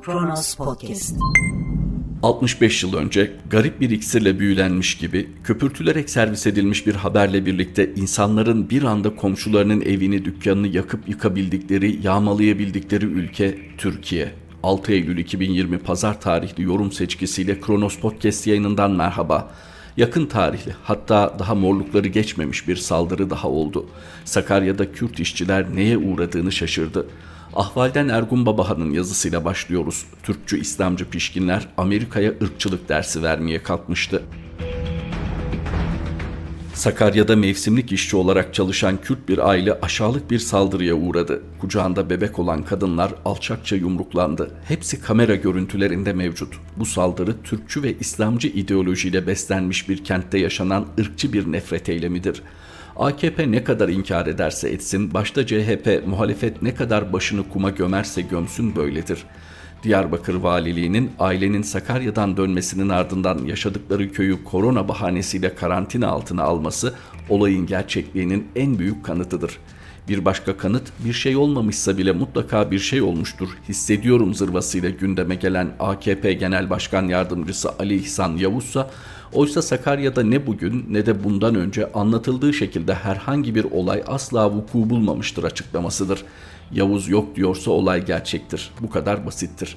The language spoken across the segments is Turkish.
Kronos Podcast. 65 yıl önce garip bir iksirle büyülenmiş gibi köpürtülerek servis edilmiş bir haberle birlikte insanların bir anda komşularının evini, dükkanını yakıp yıkabildikleri, yağmalayabildikleri ülke Türkiye. 6 Eylül 2020 Pazar tarihli yorum seçkisiyle Kronos Podcast yayınından merhaba. Yakın tarihli, hatta daha morlukları geçmemiş bir saldırı daha oldu. Sakarya'da Kürt işçiler neye uğradığını şaşırdı. Ahval'den Ergun Babahan'ın yazısıyla başlıyoruz. Türkçü İslamcı pişkinler Amerika'ya ırkçılık dersi vermeye kalkmıştı. Sakarya'da mevsimlik işçi olarak çalışan Kürt bir aile aşağılık bir saldırıya uğradı. Kucağında bebek olan kadınlar alçakça yumruklandı. Hepsi kamera görüntülerinde mevcut. Bu saldırı Türkçü ve İslamcı ideolojiyle beslenmiş bir kentte yaşanan ırkçı bir nefret eylemidir. AKP ne kadar inkar ederse etsin, başta CHP, muhalefet ne kadar başını kuma gömerse gömsün böyledir. Diyarbakır Valiliği'nin ailenin Sakarya'dan dönmesinin ardından yaşadıkları köyü korona bahanesiyle karantina altına alması olayın gerçekliğinin en büyük kanıtıdır. Bir başka kanıt, bir şey olmamışsa bile mutlaka bir şey olmuştur, hissediyorum zırvasıyla gündeme gelen AKP Genel Başkan Yardımcısı Ali İhsan Yavuzsa, oysa Sakarya'da ne bugün ne de bundan önce anlatıldığı şekilde herhangi bir olay asla vuku bulmamıştır açıklamasıdır. Yavuz yok diyorsa olay gerçektir. Bu kadar basittir.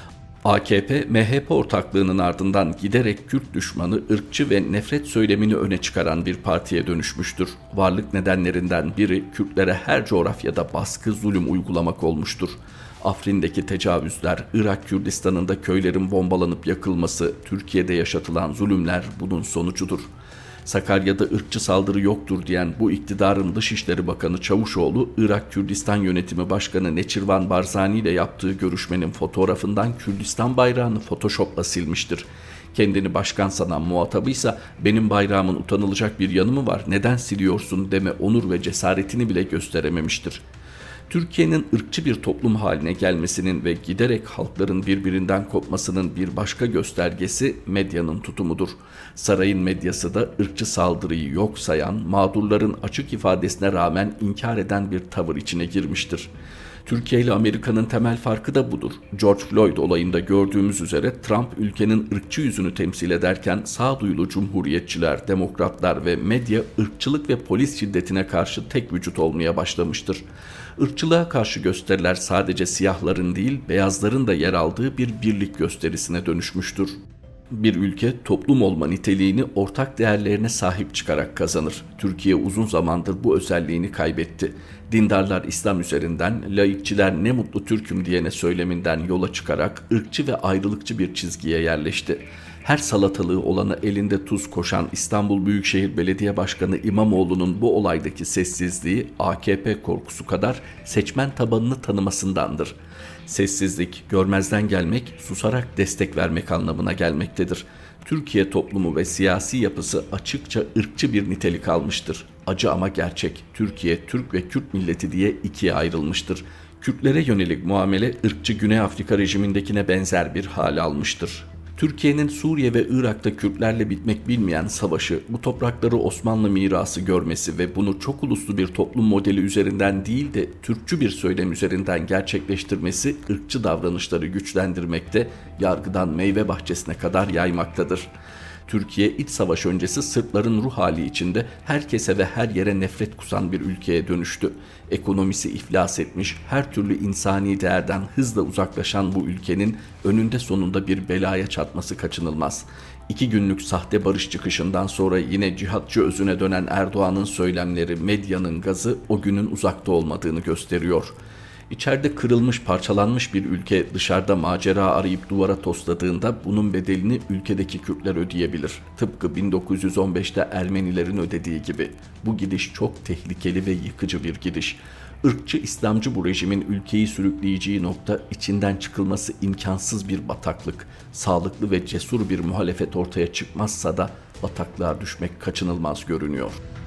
AKP, MHP ortaklığının ardından giderek Kürt düşmanı, ırkçı ve nefret söylemini öne çıkaran bir partiye dönüşmüştür. Varlık nedenlerinden biri Kürtlere her coğrafyada baskı, zulüm uygulamak olmuştur. Afrin'deki tecavüzler, Irak Kürdistan'ında köylerin bombalanıp yakılması, Türkiye'de yaşatılan zulümler bunun sonucudur. Sakarya'da ırkçı saldırı yoktur diyen bu iktidarın Dışişleri Bakanı Çavuşoğlu, Irak Kürdistan Yönetimi Başkanı Neçirvan Barzani ile yaptığı görüşmenin fotoğrafından Kürdistan bayrağını Photoshop'la silmiştir. Kendini başkan sanan muhatabıysa benim bayrağımın utanılacak bir yanı mı var, neden siliyorsun deme onur ve cesaretini bile gösterememiştir. Türkiye'nin ırkçı bir toplum haline gelmesinin ve giderek halkların birbirinden kopmasının bir başka göstergesi medyanın tutumudur. Sarayın medyası da ırkçı saldırıyı yok sayan, mağdurların açık ifadesine rağmen inkar eden bir tavır içine girmiştir. Türkiye ile Amerika'nın temel farkı da budur. George Floyd olayında gördüğümüz üzere Trump ülkenin ırkçı yüzünü temsil ederken sağduyulu cumhuriyetçiler, demokratlar ve medya ırkçılık ve polis şiddetine karşı tek vücut olmaya başlamıştır. Irkçılığa karşı gösteriler sadece siyahların değil, beyazların da yer aldığı bir birlik gösterisine dönüşmüştür. Bir ülke toplum olma niteliğini ortak değerlerine sahip çıkarak kazanır. Türkiye uzun zamandır bu özelliğini kaybetti. Dindarlar İslam üzerinden, laikçiler ne mutlu Türk'üm diyene söyleminden yola çıkarak ırkçı ve ayrılıkçı bir çizgiye yerleşti. Her salatalığı olana elinde tuz koşan İstanbul Büyükşehir Belediye Başkanı İmamoğlu'nun bu olaydaki sessizliği AKP korkusu kadar seçmen tabanını tanımasındandır. Sessizlik, görmezden gelmek, susarak destek vermek anlamına gelmektedir. Türkiye toplumu ve siyasi yapısı açıkça ırkçı bir nitelik almıştır. Acı ama gerçek. Türkiye, Türk ve Kürt milleti diye ikiye ayrılmıştır. Kürtlere yönelik muamele ırkçı Güney Afrika rejimindekine benzer bir hal almıştır. Türkiye'nin Suriye ve Irak'ta Kürtlerle bitmek bilmeyen savaşı, bu toprakları Osmanlı mirası görmesi ve bunu çok uluslu bir toplum modeli üzerinden değil de Türkçü bir söylem üzerinden gerçekleştirmesi ırkçı davranışları güçlendirmekte, yargıdan meyve bahçesine kadar yaymaktadır. Türkiye iç savaş öncesi Sırpların ruh hali içinde herkese ve her yere nefret kusan bir ülkeye dönüştü. Ekonomisi iflas etmiş, her türlü insani değerden hızla uzaklaşan bu ülkenin önünde sonunda bir belaya çatması kaçınılmaz. 2 günlük sahte barış çıkışından sonra yine cihatçı özüne dönen Erdoğan'ın söylemleri, medyanın gazı o günün uzakta olmadığını gösteriyor. İçeride kırılmış, parçalanmış bir ülke dışarıda macera arayıp duvara tosladığında bunun bedelini ülkedeki Kürtler ödeyebilir. Tıpkı 1915'te Ermenilerin ödediği gibi. Bu gidiş çok tehlikeli ve yıkıcı bir gidiş. Irkçı İslamcı bu rejimin ülkeyi sürükleyeceği nokta içinden çıkılması imkansız bir bataklık. Sağlıklı ve cesur bir muhalefet ortaya çıkmazsa da bataklığa düşmek kaçınılmaz görünüyor.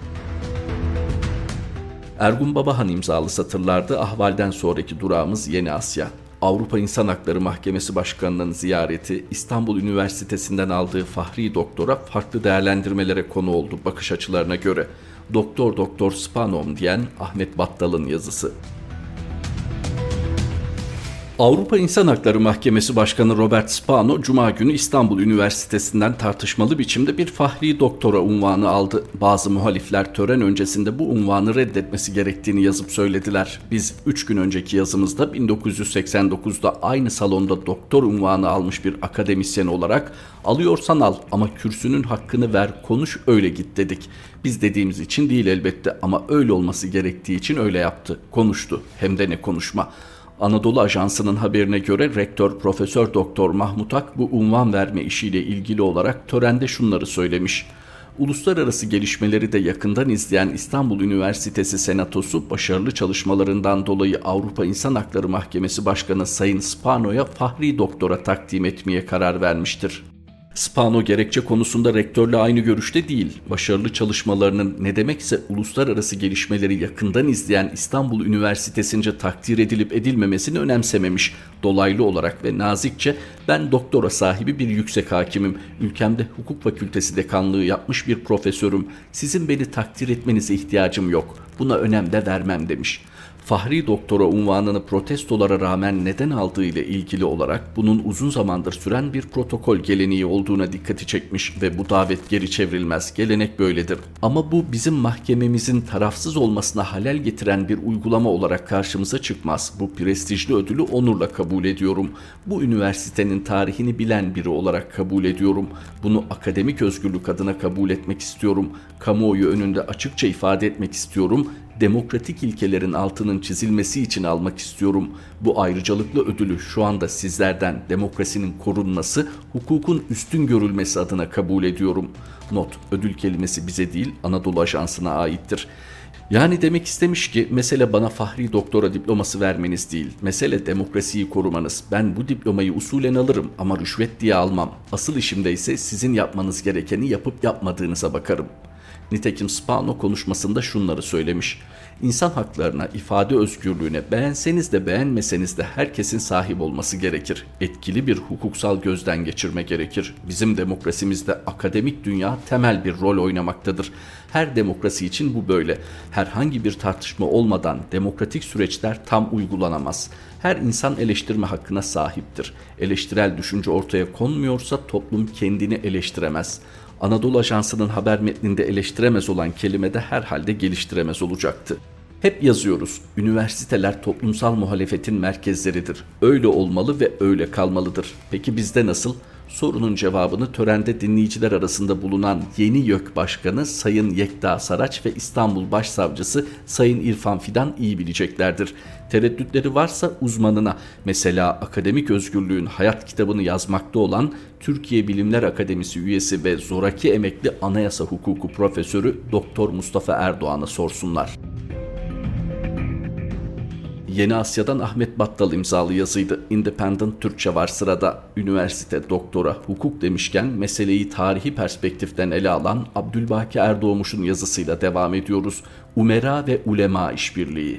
Ergun Babahan imzalı satırlarda Ahval'den sonraki durağımız Yeni Asya. Avrupa İnsan Hakları Mahkemesi Başkanı'nın ziyareti, İstanbul Üniversitesi'nden aldığı fahri doktora farklı değerlendirmelere konu oldu bakış açılarına göre. Doktor Spanom diyen Ahmet Battal'ın yazısı. Avrupa İnsan Hakları Mahkemesi Başkanı Robert Spano, Cuma günü İstanbul Üniversitesi'nden tartışmalı biçimde bir fahri doktora unvanı aldı. Bazı muhalifler tören öncesinde bu unvanı reddetmesi gerektiğini yazıp söylediler. Biz 3 gün önceki yazımızda 1989'da aynı salonda doktor unvanı almış bir akademisyen olarak alıyorsan al ama kürsünün hakkını ver, konuş öyle git dedik. Biz dediğimiz için değil elbette ama öyle olması gerektiği için öyle yaptı. Konuştu. Hem de ne konuşma. Anadolu Ajansı'nın haberine göre Rektör Profesör Doktor Mahmut Ak bu unvan verme işiyle ilgili olarak törende şunları söylemiş. Uluslararası gelişmeleri de yakından izleyen İstanbul Üniversitesi Senatosu başarılı çalışmalarından dolayı Avrupa İnsan Hakları Mahkemesi Başkanı Sayın Spano'ya fahri doktora takdim etmeye karar vermiştir. Spano gerekçe konusunda rektörle aynı görüşte değil. Başarılı çalışmalarının ne demekse uluslararası gelişmeleri yakından izleyen İstanbul Üniversitesi'nce takdir edilip edilmemesini önemsememiş. Dolaylı olarak ve nazikçe ben doktora sahibi bir yüksek hakimim. Ülkemde hukuk fakültesi dekanlığı yapmış bir profesörüm. Sizin beni takdir etmenize ihtiyacım yok. Buna önem de vermem demiş. Fahri doktora unvanını protestolara rağmen neden aldığı ile ilgili olarak bunun uzun zamandır süren bir protokol geleneği olduğuna dikkati çekmiş ve bu davet geri çevrilmez. Gelenek böyledir. Ama bu bizim mahkememizin tarafsız olmasına halel getiren bir uygulama olarak karşımıza çıkmaz. Bu prestijli ödülü onurla kabul ediyorum. Bu üniversitenin tarihini bilen biri olarak kabul ediyorum. Bunu akademik özgürlük adına kabul etmek istiyorum. Kamuoyu önünde açıkça ifade etmek istiyorum. Demokratik ilkelerin altının çizilmesi için almak istiyorum. Bu ayrıcalıklı ödülü şu anda sizlerden demokrasinin korunması, hukukun üstün görülmesi adına kabul ediyorum. Not: ödül kelimesi bize değil, Anadolu Ajansı'na aittir. Yani demek istemiş ki mesele bana fahri doktora diploması vermeniz değil. Mesele demokrasiyi korumanız. Ben bu diplomayı usulen alırım ama rüşvet diye almam. Asıl işimde ise sizin yapmanız gerekeni yapıp yapmadığınıza bakarım. Nitekim Spano konuşmasında şunları söylemiş. İnsan haklarına, ifade özgürlüğüne beğenseniz de beğenmeseniz de herkesin sahip olması gerekir. Etkili bir hukuksal gözden geçirme gerekir. Bizim demokrasimizde akademik dünya temel bir rol oynamaktadır. Her demokrasi için bu böyle. Herhangi bir tartışma olmadan demokratik süreçler tam uygulanamaz. Her insan eleştirme hakkına sahiptir. Eleştirel düşünce ortaya konmuyorsa toplum kendini eleştiremez. Anadolu Ajansı'nın haber metninde eleştiremez olan kelime de herhalde geliştiremez olacaktı. Hep yazıyoruz, üniversiteler toplumsal muhalefetin merkezleridir. Öyle olmalı ve öyle kalmalıdır. Peki bizde nasıl? Sorunun cevabını törende dinleyiciler arasında bulunan Yeni YÖK Başkanı Sayın Yekta Saraç ve İstanbul Başsavcısı Sayın İrfan Fidan iyi bileceklerdir. Tereddütleri varsa uzmanına, mesela akademik özgürlüğün hayat kitabını yazmakta olan Türkiye Bilimler Akademisi üyesi ve zoraki emekli anayasa hukuku profesörü Doktor Mustafa Erdoğan'a sorsunlar. Yeni Asya'dan Ahmet Battal imzalı yazıydı. Independent Türkçe var sırada. Üniversite, doktora, hukuk demişken meseleyi tarihi perspektiften ele alan Abdülbaki Erdoğmuş'un yazısıyla devam ediyoruz. Umera ve Ulema işbirliği.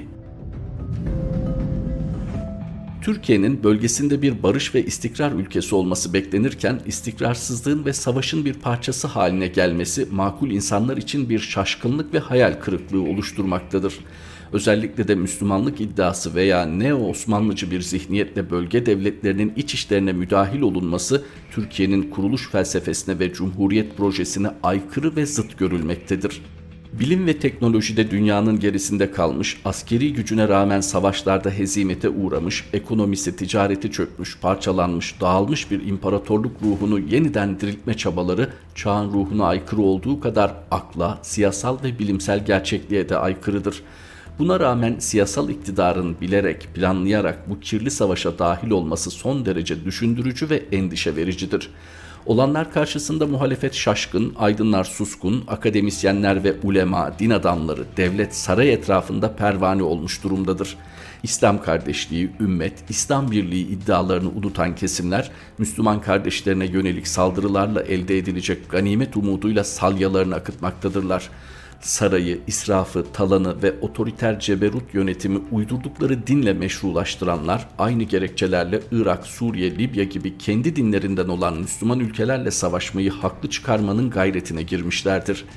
Türkiye'nin bölgesinde bir barış ve istikrar ülkesi olması beklenirken istikrarsızlığın ve savaşın bir parçası haline gelmesi makul insanlar için bir şaşkınlık ve hayal kırıklığı oluşturmaktadır. Özellikle de Müslümanlık iddiası veya neo-Osmanlıcı bir zihniyetle bölge devletlerinin iç işlerine müdahil olunması Türkiye'nin kuruluş felsefesine ve Cumhuriyet projesine aykırı ve zıt görülmektedir. Bilim ve teknolojide dünyanın gerisinde kalmış, askeri gücüne rağmen savaşlarda hezimete uğramış, ekonomisi, ticareti çökmüş, parçalanmış, dağılmış bir imparatorluk ruhunu yeniden diriltme çabaları çağın ruhuna aykırı olduğu kadar akla, siyasal ve bilimsel gerçekliğe de aykırıdır. Buna rağmen siyasal iktidarın bilerek, planlayarak bu kirli savaşa dahil olması son derece düşündürücü ve endişe vericidir. Olanlar karşısında muhalefet şaşkın, aydınlar suskun, akademisyenler ve ulema, din adamları, devlet saray etrafında pervane olmuş durumdadır. İslam kardeşliği, ümmet, İslam birliği iddialarını unutan kesimler, Müslüman kardeşlerine yönelik saldırılarla elde edilecek ganimet umuduyla salyalarını akıtmaktadırlar. Sarayı, israfı, talanı ve otoriter ceberut yönetimi uydurdukları dinle meşrulaştıranlar aynı gerekçelerle Irak, Suriye, Libya gibi kendi dinlerinden olan Müslüman ülkelerle savaşmayı haklı çıkarmanın gayretine girmişlerdir.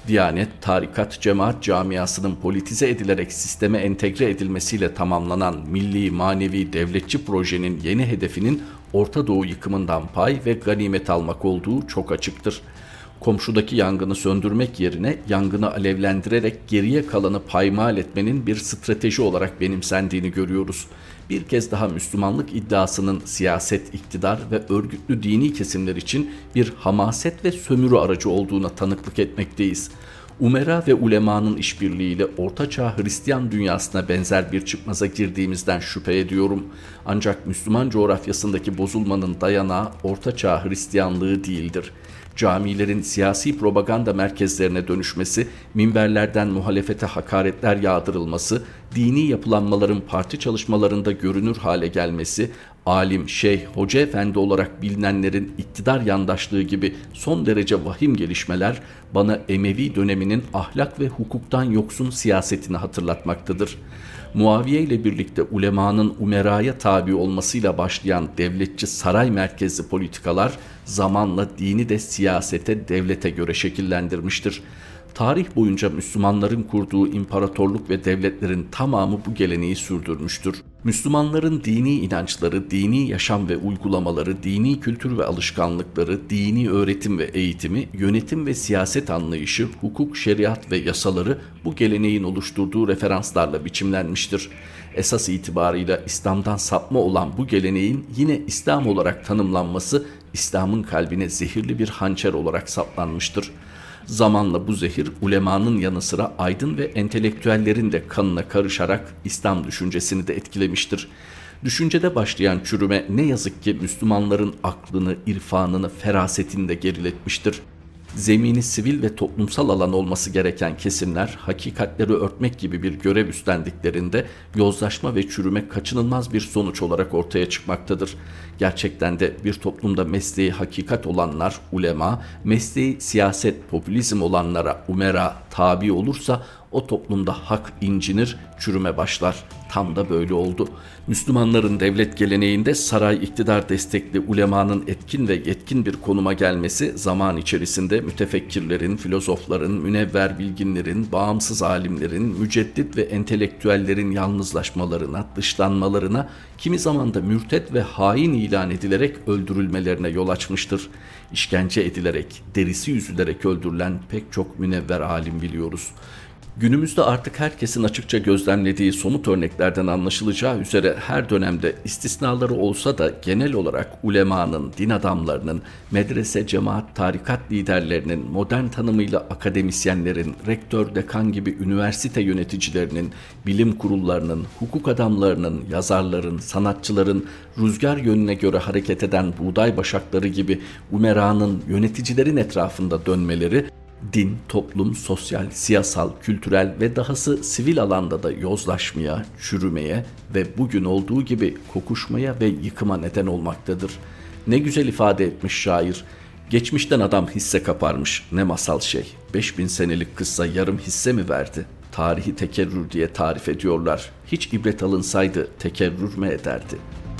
Diyanet, tarikat, cemaat camiasının politize edilerek sisteme entegre edilmesiyle tamamlanan milli, manevi, devletçi projenin yeni hedefinin Orta Doğu yıkımından pay ve ganimet almak olduğu çok açıktır. Komşudaki yangını söndürmek yerine yangını alevlendirerek geriye kalanı paymal etmenin bir strateji olarak benimsendiğini görüyoruz. Bir kez daha Müslümanlık iddiasının siyaset, iktidar ve örgütlü dini kesimler için bir hamaset ve sömürü aracı olduğuna tanıklık etmekteyiz. Umera ve ulemanın işbirliğiyle Ortaçağ Hristiyan dünyasına benzer bir çıkmaza girdiğimizden şüphe ediyorum. Ancak Müslüman coğrafyasındaki bozulmanın dayanağı Ortaçağ Hristiyanlığı değildir. Camilerin siyasi propaganda merkezlerine dönüşmesi, minberlerden muhalefete hakaretler yağdırılması, dini yapılanmaların parti çalışmalarında görünür hale gelmesi, alim, şeyh, hoca efendi olarak bilinenlerin iktidar yandaşlığı gibi son derece vahim gelişmeler bana Emevi döneminin ahlak ve hukuktan yoksun siyasetini hatırlatmaktadır. Muaviye ile birlikte ulemanın umeraya tabi olmasıyla başlayan devletçi saray merkezli politikalar zamanla dini de siyasete, devlete göre şekillendirmiştir. Tarih boyunca Müslümanların kurduğu imparatorluk ve devletlerin tamamı bu geleneği sürdürmüştür. Müslümanların dini inançları, dini yaşam ve uygulamaları, dini kültür ve alışkanlıkları, dini öğretim ve eğitimi, yönetim ve siyaset anlayışı, hukuk, şeriat ve yasaları bu geleneğin oluşturduğu referanslarla biçimlenmiştir. Esas itibarıyla İslam'dan sapma olan bu geleneğin yine İslam olarak tanımlanması, İslam'ın kalbine zehirli bir hançer olarak saplanmıştır. Zamanla bu zehir ulemanın yanı sıra aydın ve entelektüellerin de kanına karışarak İslam düşüncesini de etkilemiştir. Düşüncede başlayan çürüme ne yazık ki Müslümanların aklını, irfanını, ferasetini de geriletmiştir. Zemini sivil ve toplumsal alan olması gereken kesimler hakikatleri örtmek gibi bir görev üstlendiklerinde yozlaşma ve çürüme kaçınılmaz bir sonuç olarak ortaya çıkmaktadır. Gerçekten de bir toplumda mesleği hakikat olanlar ulema, mesleği siyaset, popülizm olanlara umera tabi olursa o toplumda hak incinir, çürüme başlar. Tam da böyle oldu. Müslümanların devlet geleneğinde saray iktidar destekli ulemanın etkin ve yetkin bir konuma gelmesi zaman içerisinde mütefekkirlerin, filozofların, münevver bilginlerin, bağımsız alimlerin, müceddit ve entelektüellerin yalnızlaşmalarına, dışlanmalarına, kimi zaman da mürtet ve hain ilan edilerek öldürülmelerine yol açmıştır. İşkence edilerek, derisi yüzülerek öldürülen pek çok münevver alim biliyoruz. Günümüzde artık herkesin açıkça gözlemlediği somut örneklerden anlaşılacağı üzere her dönemde istisnaları olsa da genel olarak ulemanın, din adamlarının, medrese, cemaat, tarikat liderlerinin, modern tanımıyla akademisyenlerin, rektör, dekan gibi üniversite yöneticilerinin, bilim kurullarının, hukuk adamlarının, yazarların, sanatçıların, rüzgar yönüne göre hareket eden buğday başakları gibi umeranın, yöneticilerin etrafında dönmeleri, din, toplum, sosyal, siyasal, kültürel ve dahası sivil alanda da yozlaşmaya, çürümeye ve bugün olduğu gibi kokuşmaya ve yıkıma neden olmaktadır. Ne güzel ifade etmiş şair. Geçmişten adam hisse kaparmış, ne masal şey. 5000 senelik kıssa yarım hisse mi verdi? Tarihi tekerrür diye tarif ediyorlar. Hiç ibret alınsaydı tekerrür mü ederdi?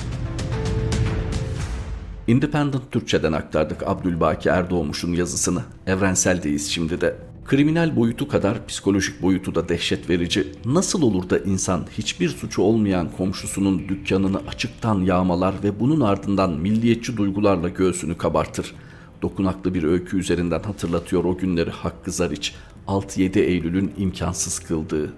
Independent Türkçe'den aktardık Abdülbaki Erdoğmuş'un yazısını. Evrenseldeyiz şimdi de. Kriminal boyutu kadar psikolojik boyutu da dehşet verici. Nasıl olur da insan hiçbir suçu olmayan komşusunun dükkanını açıktan yağmalar ve bunun ardından milliyetçi duygularla göğsünü kabartır? Dokunaklı bir öykü üzerinden hatırlatıyor o günleri Hakkı Zariç, 6-7 Eylül'ün imkansız kıldığı.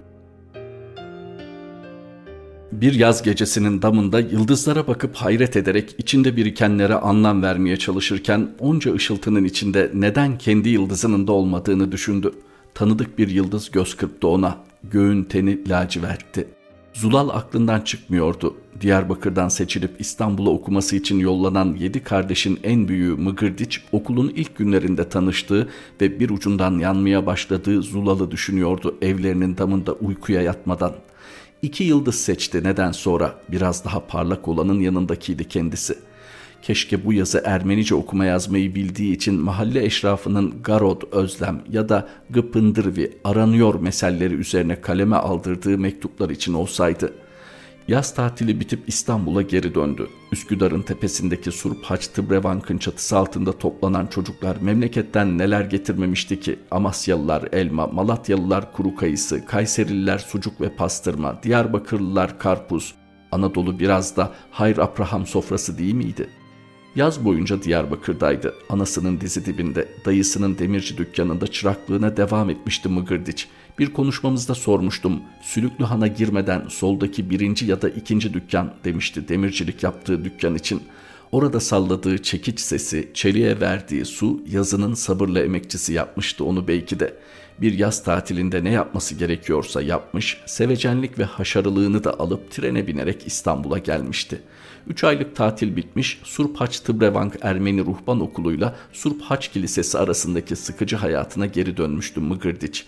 Bir yaz gecesinin damında yıldızlara bakıp hayret ederek içinde birikenlere anlam vermeye çalışırken onca ışıltının içinde neden kendi yıldızının da olmadığını düşündü. Tanıdık bir yıldız göz kırptı ona. Göğün teni lacivertti. Zulal aklından çıkmıyordu. Diyarbakır'dan seçilip İstanbul'a okuması için yollanan 7 kardeşin en büyüğü Mıgırdiç, okulun ilk günlerinde tanıştığı ve bir ucundan yanmaya başladığı Zulal'ı düşünüyordu evlerinin damında uykuya yatmadan. 2 yıldız seçti neden sonra, biraz daha parlak olanın yanındakiydi kendisi. Keşke bu yazı Ermenice okuma yazmayı bildiği için mahalle eşrafının Garod Özlem ya da Gıpındırvi aranıyor meselleri üzerine kaleme aldırdığı mektuplar için olsaydı. Yaz tatili bitip İstanbul'a geri döndü. Üsküdar'ın tepesindeki Surphaç Tıbrevank'ın çatısı altında toplanan çocuklar memleketten neler getirmemişti ki? Amasyalılar elma, Malatyalılar kuru kayısı, Kayserililer sucuk ve pastırma, Diyarbakırlılar karpuz. Anadolu biraz da Hayr Abraham sofrası değil miydi? Yaz boyunca Diyarbakır'daydı. Anasının dizi dibinde, dayısının demirci dükkanında çıraklığına devam etmişti Mıgırdiç. Bir konuşmamızda sormuştum. Sülüklü Han'a girmeden soldaki birinci ya da ikinci dükkan demişti demircilik yaptığı dükkan için. Orada salladığı çekiç sesi, çeliğe verdiği su yazının sabırlı emekçisi yapmıştı onu belki de. Bir yaz tatilinde ne yapması gerekiyorsa yapmış, sevecenlik ve haşarılığını da alıp trene binerek İstanbul'a gelmişti. 3 aylık tatil bitmiş, Surphaç Tıbrevank Ermeni Ruhban Okulu'yla Surphaç Kilisesi arasındaki sıkıcı hayatına geri dönmüştü Mıgırdiç.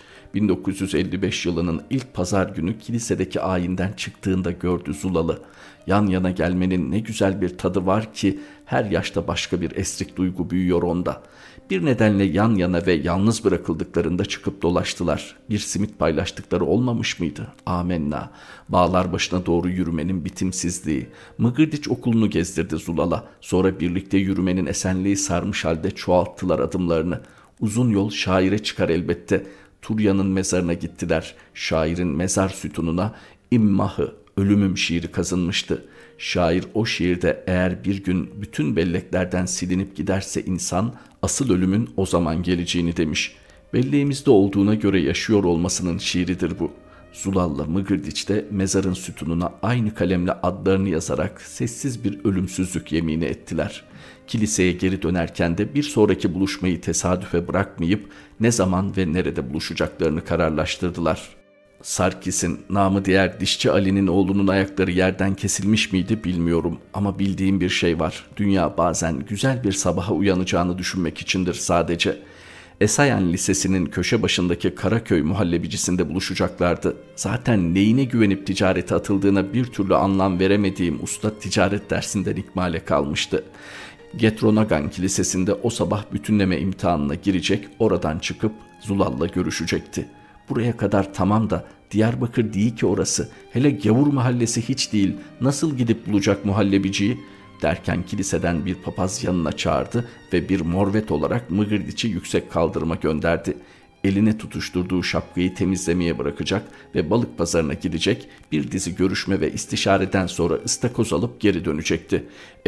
1955 yılının ilk pazar günü kilisedeki ayinden çıktığında gördü Zulalı. Yan yana gelmenin ne güzel bir tadı var ki her yaşta başka bir esrik duygu büyüyor onda. Bir nedenle yan yana ve yalnız bırakıldıklarında çıkıp dolaştılar. Bir simit paylaştıkları olmamış mıydı? Amenna. Bağlar başına doğru yürümenin bitimsizliği. Mıgırdiç okulunu gezdirdi Zulala. Sonra birlikte yürümenin esenliği sarmış halde çoğalttılar adımlarını. Uzun yol şaire çıkar elbette. Turya'nın mezarına gittiler. Şairin mezar sütununa İmmahı, ölümüm şiiri kazınmıştı. Şair o şiirde eğer bir gün bütün belleklerden silinip giderse insan, asıl ölümün o zaman geleceğini demiş. Belleğimizde olduğuna göre yaşıyor olmasının şiiridir bu. Zulal'la Mıgırdiç de mezarın sütununa aynı kalemle adlarını yazarak sessiz bir ölümsüzlük yemini ettiler. Kiliseye geri dönerken de bir sonraki buluşmayı tesadüfe bırakmayıp ne zaman ve nerede buluşacaklarını kararlaştırdılar. Sarkis'in, namı diğer Dişçi Ali'nin oğlunun ayakları yerden kesilmiş miydi bilmiyorum ama bildiğim bir şey var. Dünya bazen güzel bir sabaha uyanacağını düşünmek içindir sadece. Esayan Lisesi'nin köşe başındaki Karaköy muhallebicisinde buluşacaklardı. Zaten neyine güvenip ticarete atıldığına bir türlü anlam veremediğim usta ticaret dersinden ikmale kalmıştı. Getronagan Kilisesi'nde o sabah bütünleme imtihanına girecek, oradan çıkıp Zulal'la görüşecekti. Buraya kadar tamam da Diyarbakır değil ki orası. Hele Gavur mahallesi hiç değil. Nasıl gidip bulacak muhallebiciyi? Derken kiliseden bir papaz yanına çağırdı ve bir morvet olarak Mıgırdiç'i yüksek kaldırıma gönderdi. Eline tutuşturduğu şapkayı temizlemeye bırakacak ve balık pazarına gidecek, bir dizi görüşme ve istişareden sonra ıstakoz alıp geri dönecekti.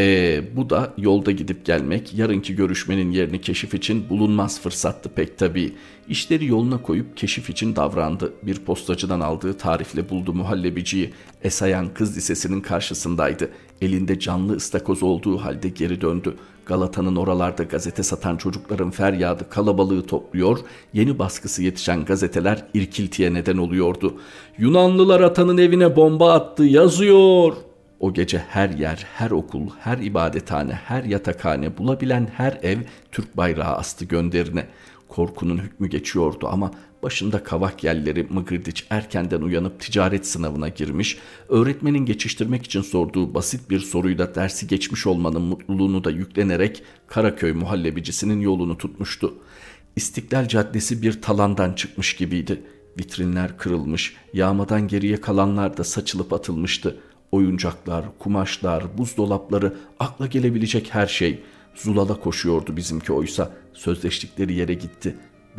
Bu da yolda gidip gelmek, yarınki görüşmenin yerini keşif için bulunmaz fırsattı pek tabii. İşleri yoluna koyup keşif için davrandı. Bir postacıdan aldığı tarifle buldu muhallebiciyi. Esayan Kız Lisesi'nin karşısındaydı. Elinde canlı ıstakoz olduğu halde geri döndü. Galata'nın oralarda gazete satan çocukların feryadı kalabalığı topluyor, yeni baskısı yetişen gazeteler irkiltiye neden oluyordu. Yunanlılar atanın evine bomba attı yazıyor. O gece her yer, her okul, her ibadethane, her yatakhane, bulabilen her ev Türk bayrağı astı gönderine. Korkunun hükmü geçiyordu ama başında kavak yelleri Mıgırdiç erkenden uyanıp ticaret sınavına girmiş, öğretmenin geçiştirmek için sorduğu basit bir soruyla dersi geçmiş olmanın mutluluğunu da yüklenerek Karaköy muhallebicisinin yolunu tutmuştu. İstiklal Caddesi bir talandan çıkmış gibiydi. Vitrinler kırılmış, yağmadan geriye kalanlar da saçılıp atılmıştı. Oyuncaklar, kumaşlar, buzdolapları, akla gelebilecek her şey. Zulala koşuyordu bizimki oysa. Sözleştikleri yere gitti.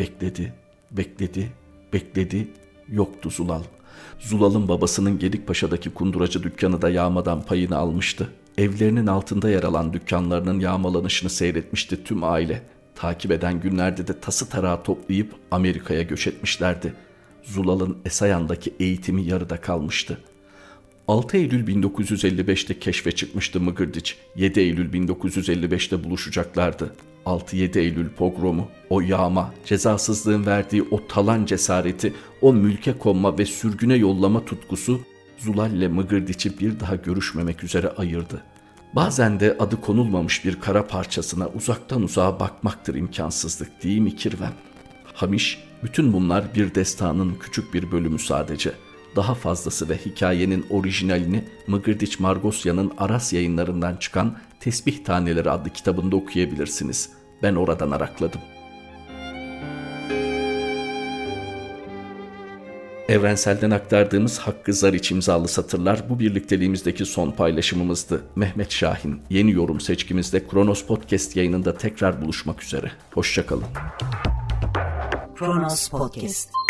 Bekledi. Yoktu Zulal. Zulal'ın babasının Gedikpaşa'daki kunduracı dükkanı da yağmadan payını almıştı. Evlerinin altında yer alan dükkanlarının yağmalanışını seyretmişti tüm aile. Takip eden günlerde de tası tarağı toplayıp Amerika'ya göç etmişlerdi. Zulal'ın Esayan'daki eğitimi yarıda kalmıştı. 6 Eylül 1955'te keşfe çıkmıştı Mıgırdiç. 7 Eylül 1955'te buluşacaklardı. 6-7 Eylül pogromu, o yağma, cezasızlığın verdiği o talan cesareti, o mülke konma ve sürgüne yollama tutkusu Zulal ile Mıgırdiç'i bir daha görüşmemek üzere ayırdı. Bazen de adı konulmamış bir kara parçasına uzaktan uzağa bakmaktır imkansızlık değil mi Kirvem? Hamiş, bütün bunlar bir destanın küçük bir bölümü sadece. Daha fazlası ve hikayenin orijinalini Mıgırdiç Margosyan'ın Aras Yayınlarından çıkan Tesbih Taneleri adlı kitabında okuyabilirsiniz. Ben oradan arakladım. Evrensel'den aktardığımız Hakkı Zariç imzalı satırlar bu birlikteliğimizdeki son paylaşımımızdı. Mehmet Şahin, yeni yorum seçkimizde Kronos Podcast yayınında tekrar buluşmak üzere. Hoşça kalın. Kronos Podcast.